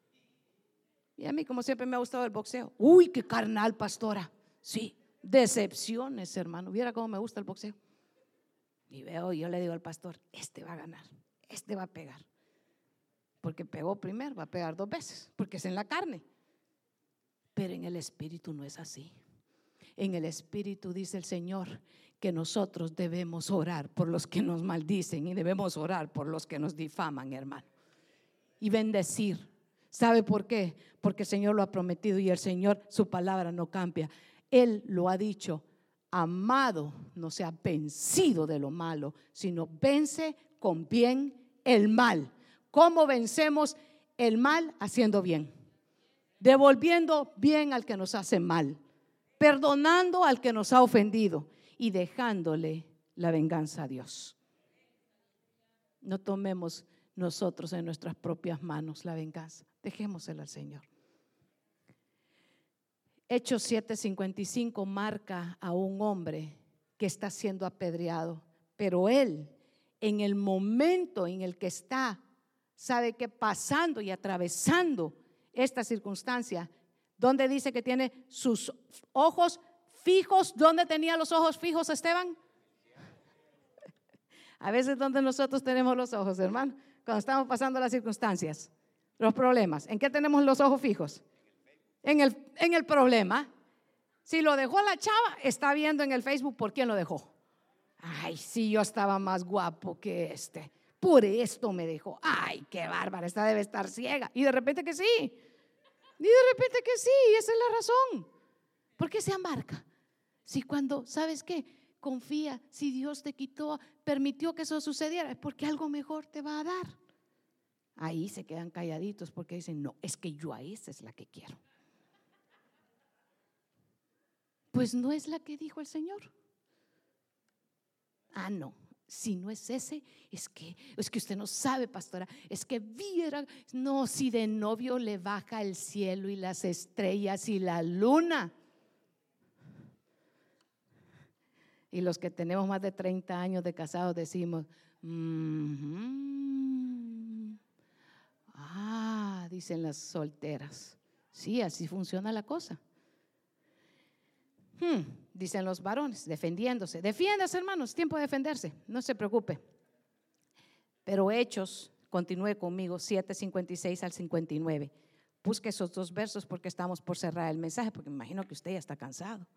Y a mí, como siempre, me ha gustado el boxeo. Uy, qué carnal, pastora. Sí, decepciones, hermano. Viera cómo me gusta el boxeo. Y yo le digo al pastor, este va a ganar, este va a pegar. Porque pegó primero, va a pegar 2 veces, porque es en la carne. Pero en el espíritu no es así. En el espíritu dice el Señor que nosotros debemos orar por los que nos maldicen y debemos orar por los que nos difaman, hermano. Y bendecir. ¿Sabe por qué? Porque el Señor lo ha prometido y el Señor, su palabra no cambia. Él lo ha dicho. Amado, no sea vencido de lo malo, sino vence con bien el mal. ¿Cómo vencemos el mal? Haciendo bien, devolviendo bien al que nos hace mal, perdonando al que nos ha ofendido y dejándole la venganza a Dios. No tomemos nosotros en nuestras propias manos la venganza, dejémosela al Señor. Hechos 7:55 marca a un hombre que está siendo apedreado, pero él, en el momento en el que está, sabe que pasando y atravesando esta circunstancia, ¿dónde dice que tiene sus ojos fijos? ¿Dónde tenía los ojos fijos Esteban? A veces donde nosotros tenemos los ojos, hermano, cuando estamos pasando las circunstancias, los problemas, ¿en qué tenemos los ojos fijos? En el problema. Si lo dejó la chava, está viendo en el Facebook por quién lo dejó. Ay, sí, yo estaba más guapo que este, por esto me dejó. Ay, qué bárbara, esta debe estar ciega. Y de repente que sí. Esa es la razón. ¿Por qué se amarga? Si cuando, ¿sabes qué? Confía, si Dios te quitó, permitió que eso sucediera, es porque algo mejor te va a dar. Ahí se quedan calladitos porque dicen, no, es que yo a esa es la que quiero. Pues no es la que dijo el Señor. Ah, no, si no es ese, es que usted no sabe, pastora, es que viera, no, si de novio le baja el cielo y las estrellas y la luna. Y los que tenemos más de 30 años de casados decimos, dicen las solteras, sí, así funciona la cosa. Dicen los varones, defendiéndose. Defiéndase, hermanos, es tiempo de defenderse, no se preocupe. Pero Hechos, continúe conmigo, 7:56 al 59. Busque esos 2 versos porque estamos por cerrar el mensaje, porque me imagino que usted ya está cansado.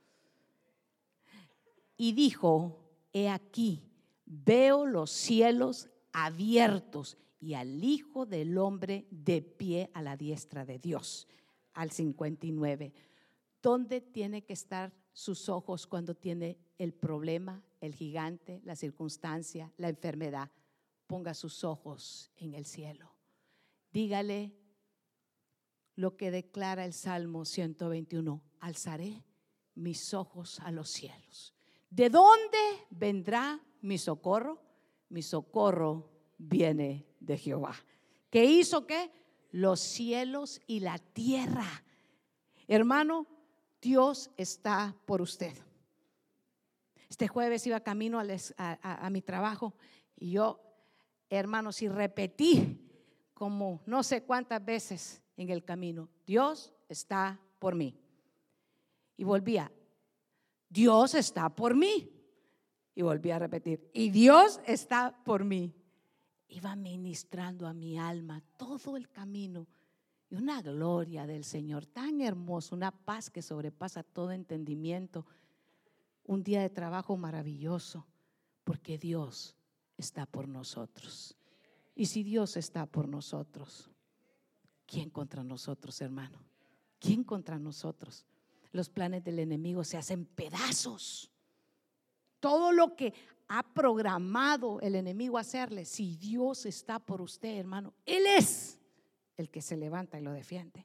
Y dijo, he aquí, veo los cielos abiertos y al Hijo del Hombre de pie a la diestra de Dios. Al 59. ¿Dónde tiene que estar sus ojos cuando tiene el problema, el gigante, la circunstancia, la enfermedad? Ponga sus ojos en el cielo. Dígale lo que declara el Salmo 121. Alzaré mis ojos a los cielos. ¿De dónde vendrá mi socorro? Mi socorro viene de Jehová. ¿Qué hizo qué? Los cielos y la tierra. Hermano, Dios está por usted. Este jueves iba camino a mi trabajo y yo, hermanos, y repetí como no sé cuántas veces en el camino, Dios está por mí. Y volvía, Dios está por mí. Y volví a repetir, y Dios está por mí. iba ministrando a mi alma todo el camino. Y una gloria del Señor tan hermosa, una paz que sobrepasa todo entendimiento. Un día de trabajo maravilloso, porque Dios está por nosotros. Y si Dios está por nosotros, ¿quién contra nosotros, hermano? ¿Quién contra nosotros? Los planes del enemigo se hacen pedazos. Todo lo que ha programado el enemigo hacerle, si Dios está por usted, hermano, Él es el que se levanta y lo defiende.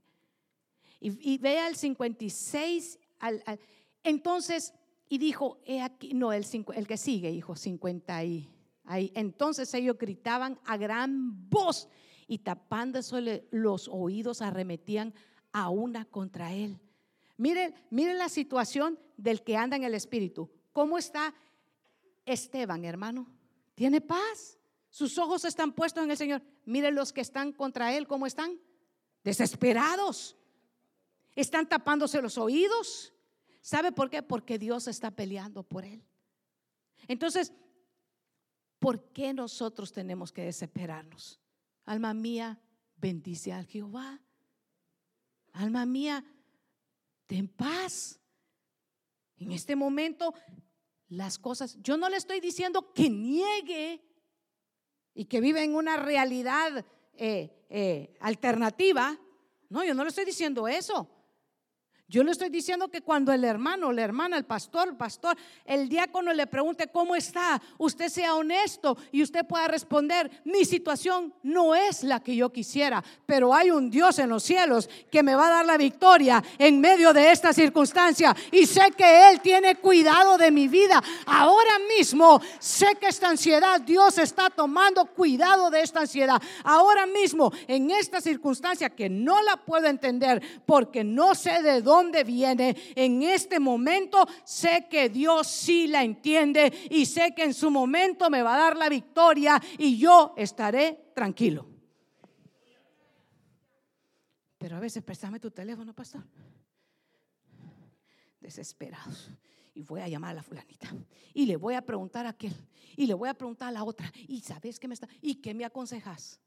Y vea el 56, entonces, y dijo, he aquí, no, el que sigue, hijo, 50 ahí. Entonces ellos gritaban a gran voz y tapándose los oídos arremetían a una contra él. Miren la situación del que anda en el espíritu. ¿Cómo está Esteban, hermano? ¿Tiene paz? Sus ojos están puestos en el Señor. Miren los que están contra él, ¿cómo están? Desesperados. Están tapándose los oídos. ¿Sabe por qué? Porque Dios está peleando por él. Entonces, ¿por qué nosotros tenemos que desesperarnos? Alma mía, bendice al Jehová. Alma mía, ten paz. En este momento, las cosas, yo no le estoy diciendo que niegue y que vive en una realidad alternativa. No, yo no le estoy diciendo eso. Yo le estoy diciendo que cuando el hermano, la hermana, el pastor, el diácono le pregunte cómo está, usted sea honesto y usted pueda responder: mi situación no es la que yo quisiera, pero hay un Dios en los cielos que me va a dar la victoria en medio de esta circunstancia, y sé que Él tiene cuidado de mi vida. Ahora mismo sé que esta ansiedad, Dios está tomando cuidado de esta ansiedad. Ahora mismo, en esta circunstancia que no la puedo entender porque no sé de dónde viene, en este momento sé que Dios sí la entiende y sé que en su momento me va a dar la victoria y yo estaré tranquilo. Pero a veces, préstame tu teléfono, pastor. Desesperados. Y voy a llamar a la fulanita y le voy a preguntar a aquel y le voy a preguntar a la otra, y sabes qué y qué me aconsejas.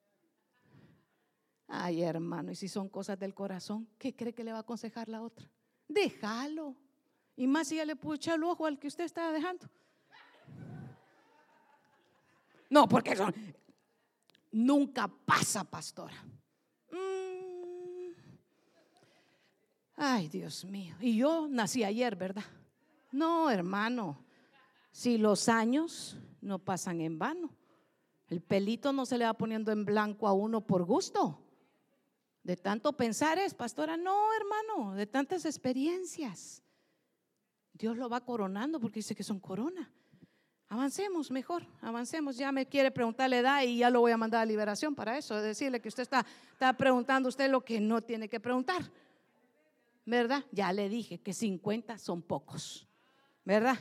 Ay, hermano, y si son cosas del corazón, ¿qué cree que le va a aconsejar la otra? Déjalo. Y más si ya le pudo echar el ojo al que usted está dejando. No, porque eso nunca pasa, pastora. Ay, Dios mío. Y yo nací ayer, ¿verdad? No, hermano. Si los años no pasan en vano, el pelito no se le va poniendo en blanco a uno por gusto. De tanto pensar es, pastora, no, hermano, de tantas experiencias. Dios lo va coronando porque dice que son corona. Avancemos mejor, avancemos. Ya me quiere preguntar la edad y ya lo voy a mandar a liberación para eso. Decirle que usted está preguntando usted lo que no tiene que preguntar, ¿verdad? Ya le dije que 50 son pocos, ¿verdad?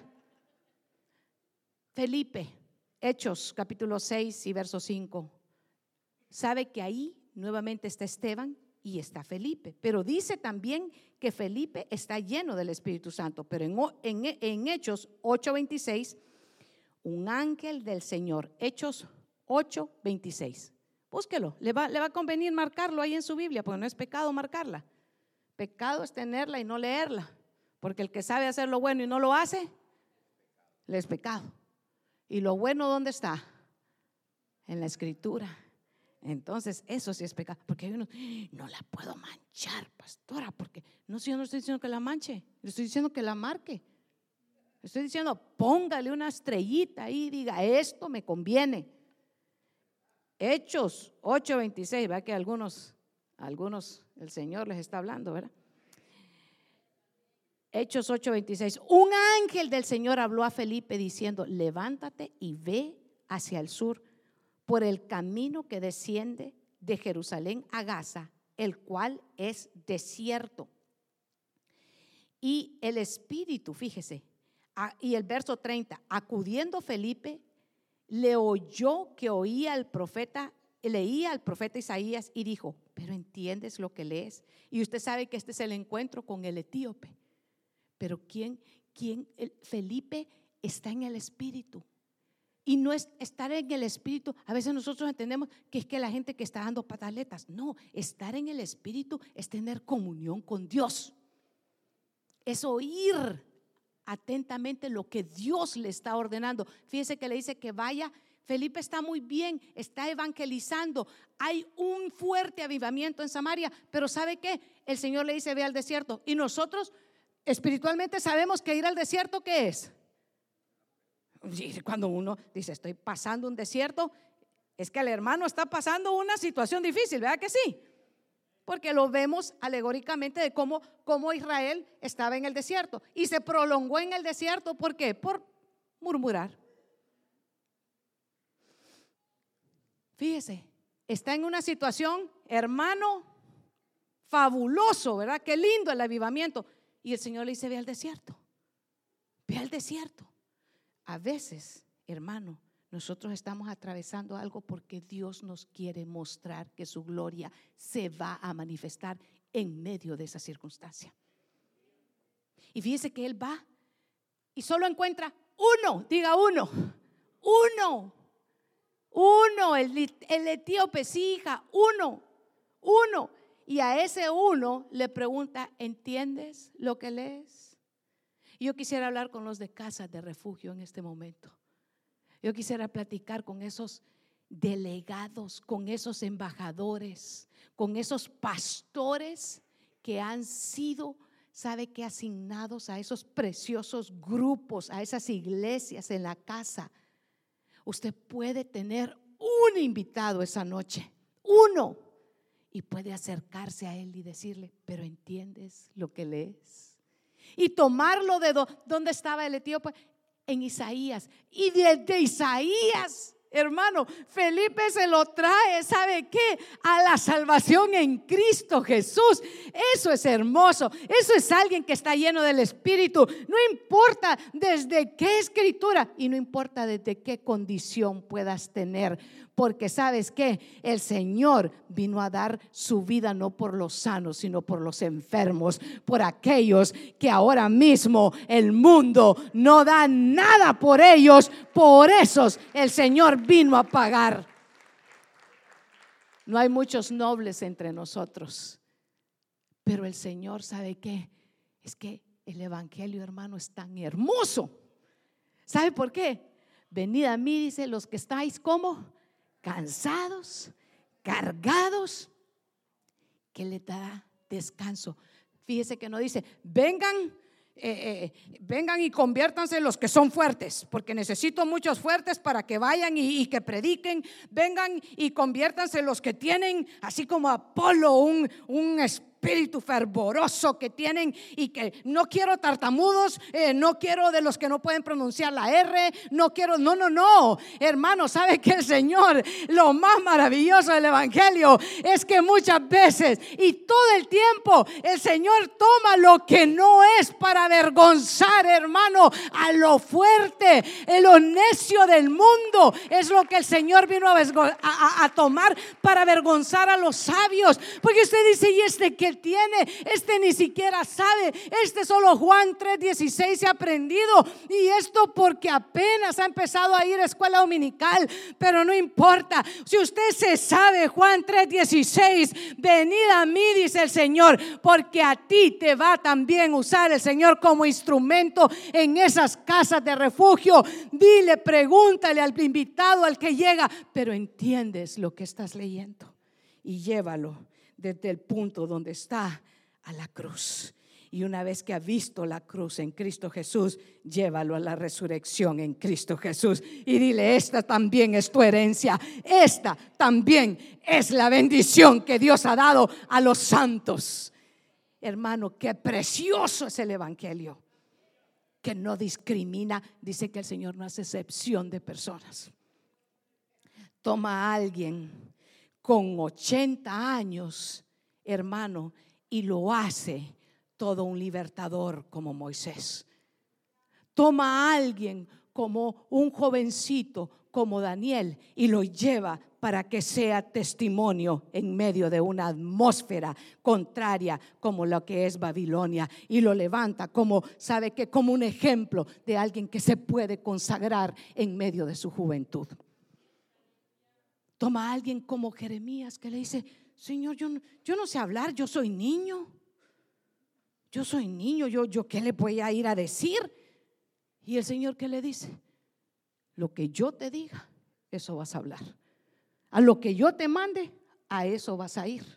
Felipe, Hechos capítulo 6 y verso 5. Sabe que ahí nuevamente está Esteban y está Felipe, pero dice también que Felipe está lleno del Espíritu Santo. Pero en Hechos 8:26, un ángel del Señor, Hechos 8:26, búsquelo, le va a convenir marcarlo ahí en su Biblia, porque no es pecado marcarla. Pecado es tenerla y no leerla, porque el que sabe hacer lo bueno y no lo hace, le es pecado. Y lo bueno, ¿dónde está? En la Escritura. Entonces eso sí es pecado, porque hay uno, no la puedo manchar, pastora, porque no, si yo no estoy diciendo que la manche, le estoy diciendo que la marque. Estoy diciendo, póngale una estrellita ahí y diga, esto me conviene. Hechos 8:26, ¿verdad? Que algunos el Señor les está hablando, ¿verdad? Hechos 8:26, un ángel del Señor habló a Felipe diciendo: levántate y ve hacia el sur por el camino que desciende de Jerusalén a Gaza, el cual es desierto. Y el Espíritu, fíjese, y el verso 30, acudiendo Felipe, le oyó que leía al profeta Isaías y dijo: pero ¿entiendes lo que lees? Y usted sabe que este es el encuentro con el etíope. Pero Felipe está en el Espíritu. Y no es estar en el Espíritu. A veces nosotros entendemos que es que la gente que está dando pataletas. No, estar en el Espíritu es tener comunión con Dios. Es oír atentamente lo que Dios le está ordenando. Fíjese que le dice que vaya. Felipe está muy bien, está evangelizando. Hay un fuerte avivamiento en Samaria. Pero ¿sabe qué? El Señor le dice: ve al desierto. Y nosotros espiritualmente sabemos que ir al desierto, ¿qué es? Cuando uno dice estoy pasando un desierto, es que el hermano está pasando una situación difícil, ¿verdad que sí? Porque lo vemos alegóricamente de cómo Israel estaba en el desierto y se prolongó en el desierto. ¿Por qué? Por murmurar. Fíjese, está en una situación, hermano, fabuloso, ¿verdad? Qué lindo el avivamiento. Y el Señor le dice: ve al desierto, ve al desierto. A veces, hermano, nosotros estamos atravesando algo porque Dios nos quiere mostrar que su gloria se va a manifestar en medio de esa circunstancia. Y fíjese que él va y solo encuentra uno, diga uno, el etíope, sí, hija, uno. Y a ese uno le pregunta: ¿entiendes lo que lees? Y yo quisiera hablar con los de casas de refugio en este momento. Yo quisiera platicar con esos delegados, con esos embajadores, con esos pastores que han sido, ¿sabe qué?, asignados a esos preciosos grupos, a esas iglesias en la casa. Usted puede tener un invitado esa noche, uno, y puede acercarse a él y decirle: ¿pero entiendes lo que lees? Y tomarlo de donde estaba el etíope, en Isaías. Y desde Isaías, hermano, Felipe se lo trae, ¿sabe qué? A la salvación en Cristo Jesús. Eso es hermoso. Eso es alguien que está lleno del Espíritu. No importa desde qué escritura y no importa desde qué condición puedas tener. Porque ¿sabes qué? El Señor vino a dar su vida no por los sanos, sino por los enfermos, por aquellos que ahora mismo el mundo no da nada por ellos. Por esos el Señor vino a pagar. No hay muchos nobles entre nosotros, pero el Señor, ¿sabe qué? Es que el evangelio, hermano, es tan hermoso. ¿Sabe por qué? Venid a mí, dice, los que estáis como cansados, cargados, que le dará descanso. Fíjese que no dice: vengan y conviértanse los que son fuertes, porque necesito muchos fuertes para que vayan y que prediquen. Vengan y conviértanse los que tienen, así como Apolo, un espíritu fervoroso que tienen, y que no quiero tartamudos, no quiero de los que no pueden pronunciar la R, no, hermano, sabe que el Señor, lo más maravilloso del evangelio es que muchas veces y todo el tiempo el Señor toma lo que no es para avergonzar, hermano, a lo fuerte, lo necio del mundo. Es lo que el Señor vino a tomar para avergonzar a los sabios. Porque usted dice: ¿y este qué tiene? Este ni siquiera sabe. Este solo Juan 3:16 se ha aprendido, y esto porque apenas ha empezado a ir a escuela dominical. Pero no importa, si usted se sabe Juan 3:16, venid a mí, dice el Señor, porque a ti te va también usar el Señor como instrumento en esas casas de refugio. Dile, pregúntale al invitado, al que llega: pero entiendes lo que estás leyendo, y llévalo desde el punto donde está a la cruz. Y una vez que ha visto la cruz en Cristo Jesús, llévalo a la resurrección en Cristo Jesús y dile: esta también es tu herencia, esta también es la bendición que Dios ha dado a los santos. Hermano, qué precioso es el evangelio, que no discrimina. Dice que el Señor no hace excepción de personas. Toma a alguien con 80 años, hermano, y lo hace todo un libertador como Moisés. Toma a alguien como un jovencito como Daniel y lo lleva para que sea testimonio en medio de una atmósfera contraria como lo que es Babilonia, y lo levanta como, sabe que como un ejemplo de alguien que se puede consagrar en medio de su juventud. Toma a alguien como Jeremías, que le dice: Señor, yo no sé hablar, yo soy niño. Yo ¿qué le voy a ir a decir? Y el Señor, ¿qué le dice? Lo que yo te diga, eso vas a hablar. A lo que yo te mande, a eso vas a ir.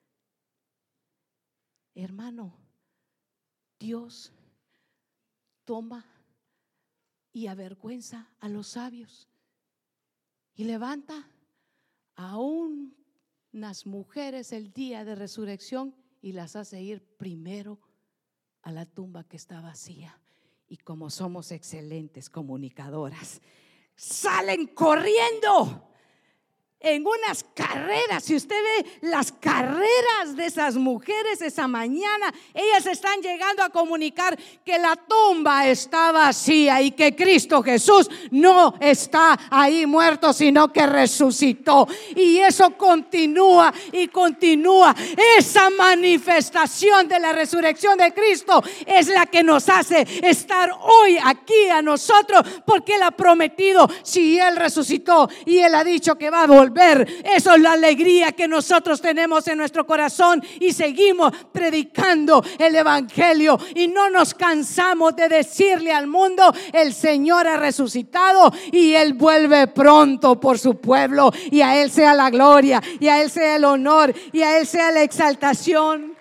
Hermano, Dios toma y avergüenza a los sabios y levanta a unas mujeres el día de resurrección y las hace ir primero a la tumba que está vacía. Y como somos excelentes comunicadoras, salen corriendo en unas carreras. Si usted ve las carreras de esas mujeres esa mañana, ellas están llegando a comunicar que la tumba está vacía y que Cristo Jesús no está ahí muerto, sino que resucitó. Y eso continúa y continúa. Esa manifestación de la resurrección de Cristo es la que nos hace estar hoy aquí a nosotros, porque Él ha prometido, si Él resucitó y Él ha dicho que va a volver, eso es la alegría que nosotros tenemos en nuestro corazón, y seguimos predicando el evangelio y no nos cansamos de decirle al mundo: el Señor ha resucitado y Él vuelve pronto por su pueblo, y a Él sea la gloria, y a Él sea el honor, y a Él sea la exaltación.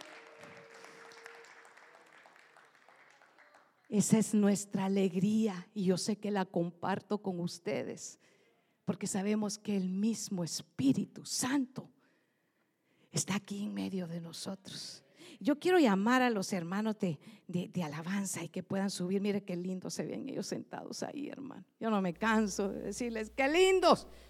Esa es nuestra alegría, y yo sé que la comparto con ustedes, porque sabemos que el mismo Espíritu Santo está aquí en medio de nosotros. Yo quiero llamar a los hermanos de alabanza y que puedan subir. Mire qué lindos se ven ellos sentados ahí, hermano. Yo no me canso de decirles qué lindos.